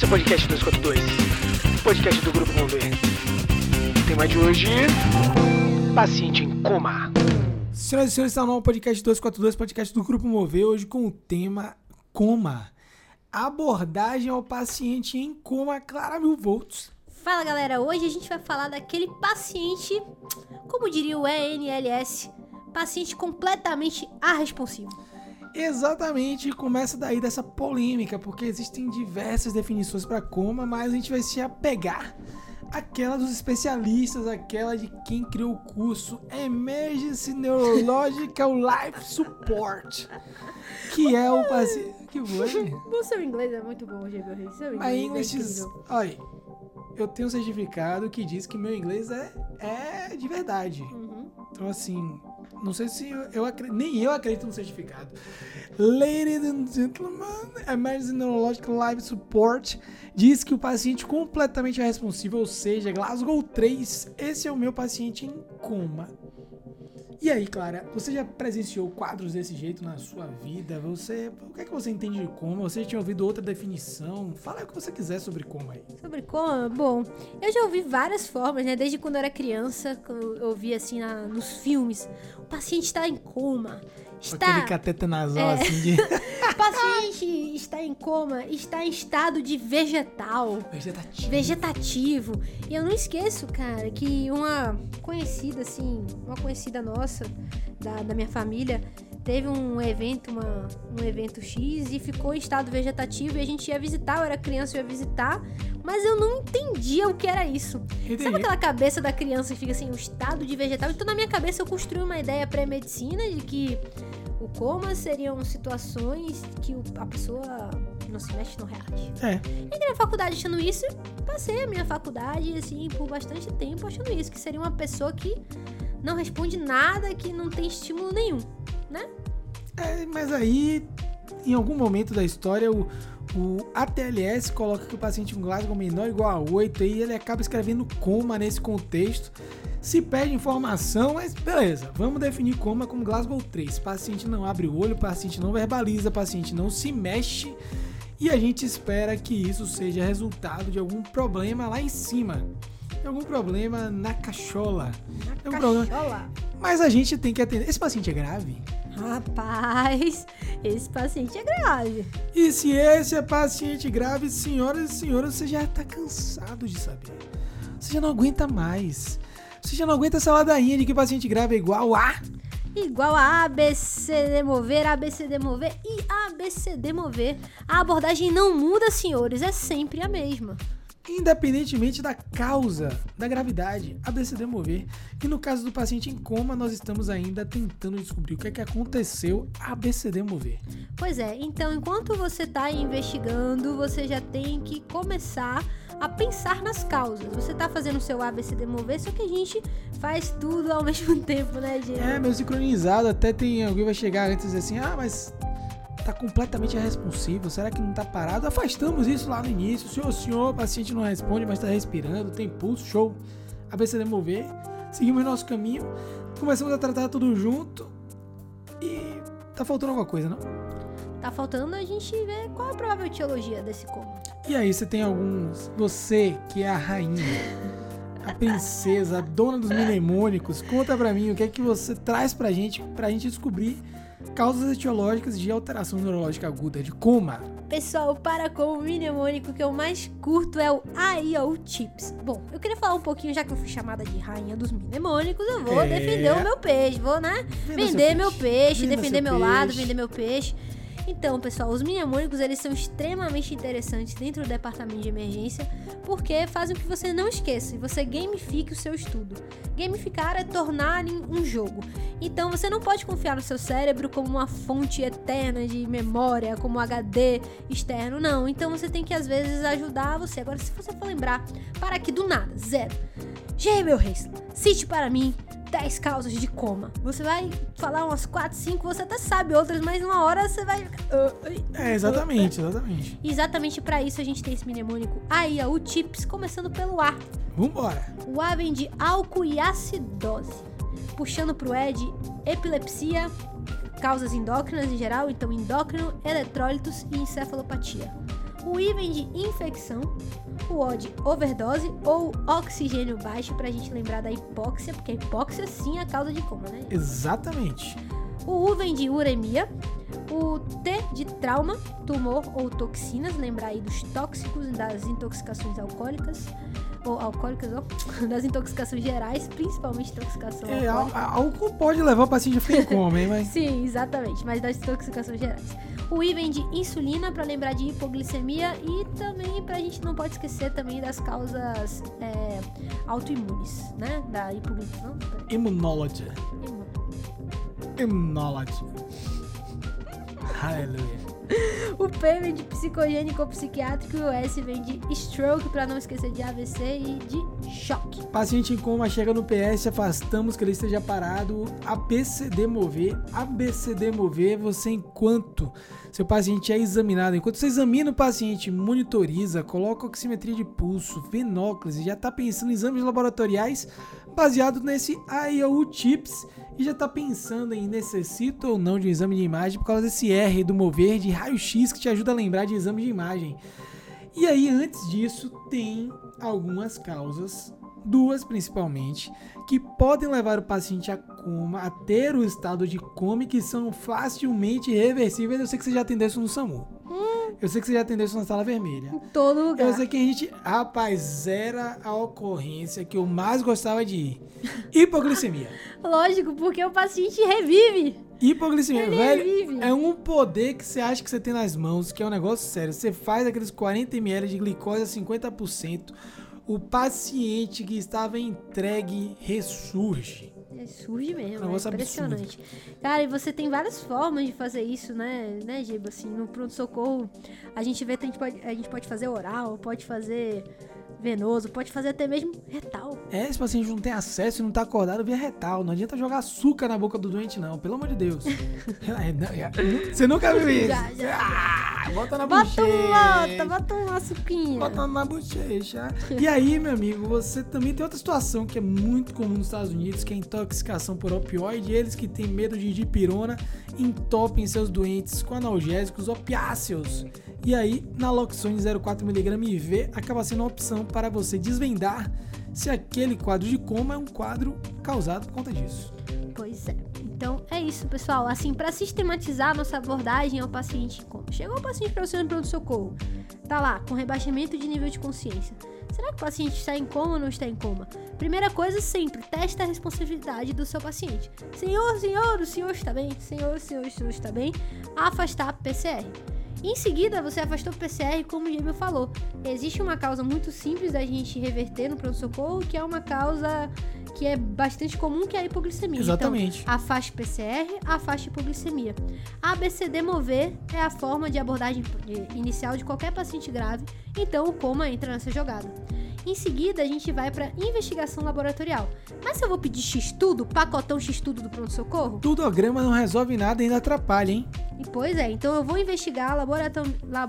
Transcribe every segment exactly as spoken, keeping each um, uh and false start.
Esse é o podcast duzentos e quarenta e dois, podcast do Grupo Mover. O tema de hoje, paciente em coma. Senhoras e senhores, está no novo podcast duzentos e quarenta e dois, podcast do Grupo Mover, hoje com o tema coma. Abordagem ao paciente em coma, Clara Mil Volts. Fala galera, hoje a gente vai falar daquele paciente, como diria o E N L S, paciente completamente arresponsivo. Exatamente, começa daí dessa polêmica, porque existem diversas definições para coma, mas a gente vai se apegar àquela dos especialistas, aquela de quem criou o curso Emergency Neurological Life Support, que é o paciente... Que foi? O seu inglês é muito bom, Diego Reis. Seu inglês A é English is... incrível. Olha, eu tenho um certificado que diz que meu inglês é, é de verdade. Uhum. Então, assim, não sei se eu, eu acredito, nem eu acredito no certificado. Ladies and gentlemen, Emergency Neurological Life Support diz que o paciente completamente responsivo, ou seja, Glasgow três, esse é o meu paciente em coma. E aí, Clara, você já presenciou quadros desse jeito na sua vida? Você, o que é que você entende de coma? Você já tinha ouvido outra definição? Fala o que você quiser sobre coma aí. Sobre coma? Bom, eu já ouvi várias formas, né? Desde quando eu era criança, eu ouvi assim na, nos filmes, o paciente está em coma. Está... Aquele cateta nasal, É. assim, de... O paciente está em coma, está em estado de vegetal. vegetativo. Vegetativo. E eu não esqueço, cara, que uma conhecida, assim, uma conhecida nossa, da, da minha família, teve um evento, uma, um evento X e ficou em estado vegetativo e a gente ia visitar, eu era criança, eu ia visitar, mas eu não entendia o que era isso. Entendi. Sabe aquela cabeça da criança que fica assim, um estado de vegetal? Então na minha cabeça eu construí uma ideia pré-medicina de que o coma seriam situações que o, a pessoa não se mexe, não reage. É. Entrei na faculdade achando isso e passei a minha faculdade, assim, por bastante tempo achando isso, que seria uma pessoa que não responde nada, que não tem estímulo nenhum, né? É, mas aí, em algum momento da história, o, o A T L S coloca que o paciente com Glasgow menor ou igual a oito, e ele acaba escrevendo coma nesse contexto. Se pede informação, mas beleza, vamos definir coma como Glasgow três. Paciente não abre o olho, paciente não verbaliza, paciente não se mexe, e a gente espera que isso seja resultado de algum problema lá em cima. De algum problema na cachola. Na Algum problema- cachola. Mas a gente tem que atender. Esse paciente é grave? Rapaz, esse paciente é grave. E se esse é paciente grave, senhoras e senhores, você já tá cansado de saber. Você já não aguenta mais. Você já não aguenta essa ladainha de que paciente grave é igual a... Igual a A B C D mover, A B C D mover e A B C D mover. A abordagem não muda, senhores, é sempre a mesma. Independentemente da causa da gravidade, A B C D mover. E no caso do paciente em coma, nós estamos ainda tentando descobrir o que é que aconteceu A B C D mover. Pois é, então enquanto você está investigando, você já tem que começar a pensar nas causas. Você está fazendo o seu A B C D mover, só que a gente faz tudo ao mesmo tempo, né, Diego? É, meu sincronizado, até tem alguém vai chegar antes e dizer assim, ah, mas tá completamente irresponsivo, será que não tá parado? Afastamos isso lá no início, senhor, senhor, o paciente não responde, mas tá respirando, tem pulso, show, A B C D mover, seguimos nosso caminho, começamos a tratar tudo junto e tá faltando alguma coisa, não? Tá faltando a gente ver qual é a provável etiologia desse coma. E aí, você tem alguns, você que é a rainha, a princesa, a dona dos mnemônicos, conta pra mim o que é que você traz pra gente, pra gente descobrir causas etiológicas de alteração neurológica aguda, de coma. Pessoal, para com o mnemônico que eu mais curto é o A I O Chips. Bom, eu queria falar um pouquinho, já que eu fui chamada de rainha dos mnemônicos, eu vou É. defender o meu peixe, vou, né? Venda seu Vender meu peixe. peixe, Venda defender seu meu lado, peixe. vender meu peixe. Então, pessoal, os mnemônicos, eles são extremamente interessantes dentro do departamento de emergência, porque fazem com que você não esqueça e você gamifique o seu estudo. Gamificar é tornar em um jogo. Então, você não pode confiar no seu cérebro como uma fonte eterna de memória, como um H D externo, não. Então, você tem que, às vezes, ajudar você. Agora, se você for lembrar, para aqui do nada, zero. G. Meu Reis, cite para mim dez causas de coma. Você vai falar umas quatro, cinco, você até sabe outras, mas numa hora você vai... É, exatamente, exatamente. E exatamente para isso a gente tem esse mnemônico A I A U Chips, começando pelo A. Vambora. O A vem de álcool e acidose. Puxando pro E de epilepsia, causas endócrinas em geral, então endócrino, eletrólitos e encefalopatia. o I V E M de infecção, o O de overdose ou oxigênio baixo, pra gente lembrar da hipóxia, porque a hipóxia sim é a causa de coma, né? Exatamente. O U V E M de uremia, o T de trauma, tumor ou toxinas, lembrar aí dos tóxicos, das intoxicações alcoólicas, ou alcoólicas, ó, das intoxicações gerais, principalmente intoxicação É, alcoólica. álcool pode levar o paciente a ficar em coma, hein? Mas... Sim, exatamente, mas das intoxicações gerais. O I V E M de insulina, para lembrar de hipoglicemia, e também pra gente não pode esquecer também das causas é, autoimunes, né? Da hipoglicemia. Immunology. Imu- Immunology. Aleluia. O P vem de psicogênico ou psiquiátrico e o S vem de stroke, pra não esquecer de A V C e de choque. Paciente em coma chega no P S, afastamos que ele esteja parado. A B C D mover. A B C D mover, você enquanto seu paciente é examinado, enquanto você examina o paciente, monitoriza, coloca oximetria de pulso, venóclise, já está pensando em exames laboratoriais baseado nesse I O U Tips e já está pensando em necessita ou não de um exame de imagem por causa desse R do mover de raio-x que te ajuda a lembrar de exame de imagem. E aí, antes disso, tem algumas causas, duas principalmente, que podem levar o paciente a coma, a ter o estado de coma e que são facilmente reversíveis. Eu sei que você já atendeu isso no SAMU. Hum. Eu sei que você já atendeu isso na sala vermelha. Em todo lugar. Eu sei que a gente, rapaz, era a ocorrência que eu mais gostava de ir. Hipoglicemia. Lógico, porque o paciente revive. Hipoglicemia, Ele velho, revive. é um poder que você acha que você tem nas mãos, que é um negócio sério. Você faz aqueles quarenta mililitros de glicose a cinquenta por cento, o paciente que estava entregue ressurge. É, surge mesmo, é Negócio impressionante. Cara, e você tem várias formas de fazer isso, né, né, Giba? Assim, no pronto-socorro, a gente vê que a gente pode, a gente pode fazer oral, pode fazer venoso, pode fazer até mesmo retal. É, esse paciente não tem acesso e não tá acordado via retal. Não adianta jogar açúcar na boca do doente, não. Pelo amor de Deus. É, não, é, você nunca viu isso? Já, já. Ah, bota na Bota bochecha. um lota, bota um açuquinha. Bota na bochecha. E aí, meu amigo, você também tem outra situação que é muito comum nos Estados Unidos, que é a intoxicação por opioide. Eles que têm medo de dipirona entopem seus doentes com analgésicos opiáceos. E aí, naloxone zero vírgula quatro miligramas I V acaba sendo uma opção para você desvendar se aquele quadro de coma é um quadro causado por conta disso. Pois é. Então é isso, pessoal. Assim, para sistematizar a nossa abordagem ao paciente em coma. Chegou o paciente para você no pronto-socorro. Tá lá, com rebaixamento de nível de consciência. Será que o paciente está em coma ou não está em coma? Primeira coisa, sempre testa a responsabilidade do seu paciente. Senhor, senhor, o senhor está bem? Senhor, senhor, o senhor está bem? Afastar P C R. Em seguida, você afastou o P C R, como o Gêmeo falou. Existe uma causa muito simples da gente reverter no pronto-socorro, que é uma causa que é bastante comum, que é a hipoglicemia. Exatamente. Então, afaste P C R, afaste hipoglicemia. A B C D mover é a forma de abordagem inicial de qualquer paciente grave, então o coma entra nessa jogada. Em seguida, a gente vai para investigação laboratorial. Mas se eu vou pedir X-tudo, pacotão X-tudo do pronto-socorro? Tudo a grama não resolve nada e ainda atrapalha, hein? E, pois é, então eu vou investigar laborato-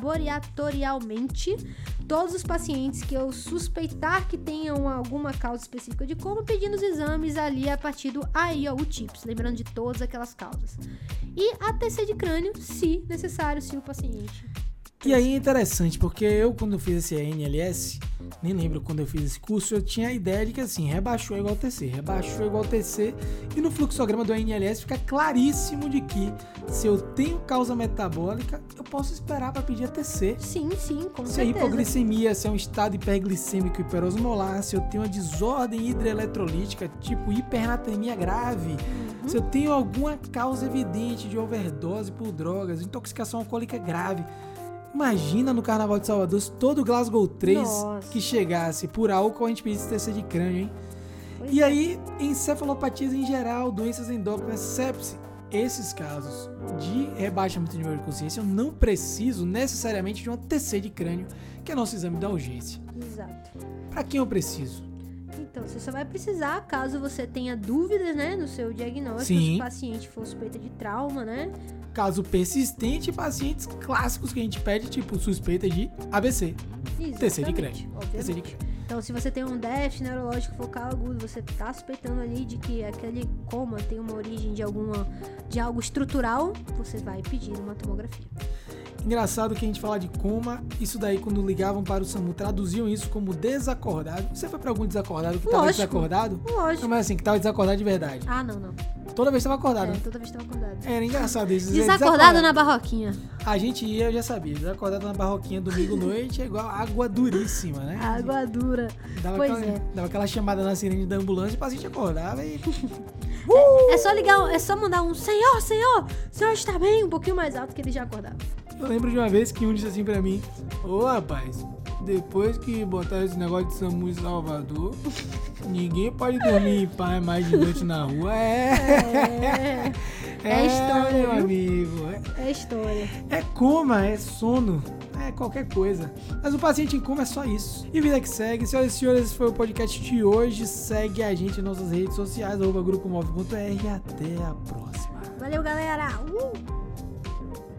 laboratorialmente todos os pacientes que eu suspeitar que tenham alguma causa específica de coma, pedindo os exames ali a partir do I O U Tips, lembrando de todas aquelas causas. E a T C de crânio, se necessário, se o paciente... E aí é interessante, porque eu, quando eu fiz esse N L S, nem lembro quando eu fiz esse curso, eu tinha a ideia de que assim, rebaixou igual T C, rebaixou igual T C, e no fluxograma do N L S fica claríssimo de que se eu tenho causa metabólica, eu posso esperar para pedir a T C. Sim, sim, com Se é certeza. hipoglicemia, se é um estado hiperglicêmico hiperosmolar, se eu tenho uma desordem hidroeletrolítica, tipo hipernatremia grave, uhum. se eu tenho alguma causa evidente de overdose por drogas, intoxicação alcoólica grave. Imagina no Carnaval de Salvador se todo o Glasgow três Nossa. que chegasse por álcool a gente pedisse T C de crânio, hein? Pois E é. aí, encefalopatias em geral, doenças endócrinas, sepse, esses casos de rebaixamento de nível de consciência, eu não preciso necessariamente de uma T C de crânio, que é nosso exame da urgência. Exato. Para quem eu preciso? Então, você só vai precisar caso você tenha dúvidas, né, no seu diagnóstico, Sim. se o paciente for suspeita de trauma, né? Caso persistente, pacientes clássicos que a gente pede, tipo suspeita de A V C, T C de crânio. Obviamente. T C de crânio. Então, se você tem um déficit neurológico focal agudo, você tá suspeitando ali de que aquele coma tem uma origem de alguma de algo estrutural, você vai pedir uma tomografia. Engraçado que a gente fala de coma, isso daí quando ligavam para o SAMU, traduziam isso como desacordado. Você foi pra algum desacordado que tava Lógico. desacordado? Lógico. Não, mas assim, que tava desacordado de verdade. Ah, não, não. Toda vez tava acordado. É, toda vez tava acordado. Era engraçado isso. Desacordado na barroquinha. A gente ia, eu já sabia. Desacordado na barroquinha domingo à noite é igual água duríssima, né? Água dura. Dava Pois aquela, é. Dava aquela chamada na sirene da ambulância e o paciente acordava e... É só ligar, é só mandar um Senhor, Senhor, o senhor está bem? Um pouquinho mais alto que ele já acordava. Eu lembro de uma vez que um disse assim pra mim: Ô rapaz, depois que botaram esse negócio de SAMU em Salvador, ninguém pode dormir em paz mais de noite na rua. É, É, é história, meu viu? amigo. É, é história. é coma, é sono, é qualquer coisa. Mas o paciente em coma é só isso. E vida que segue. Senhoras e senhores, esse foi o podcast de hoje. Segue a gente nas nossas redes sociais, arroba grupo móvel ponto r e até a próxima. Valeu, galera! Uh!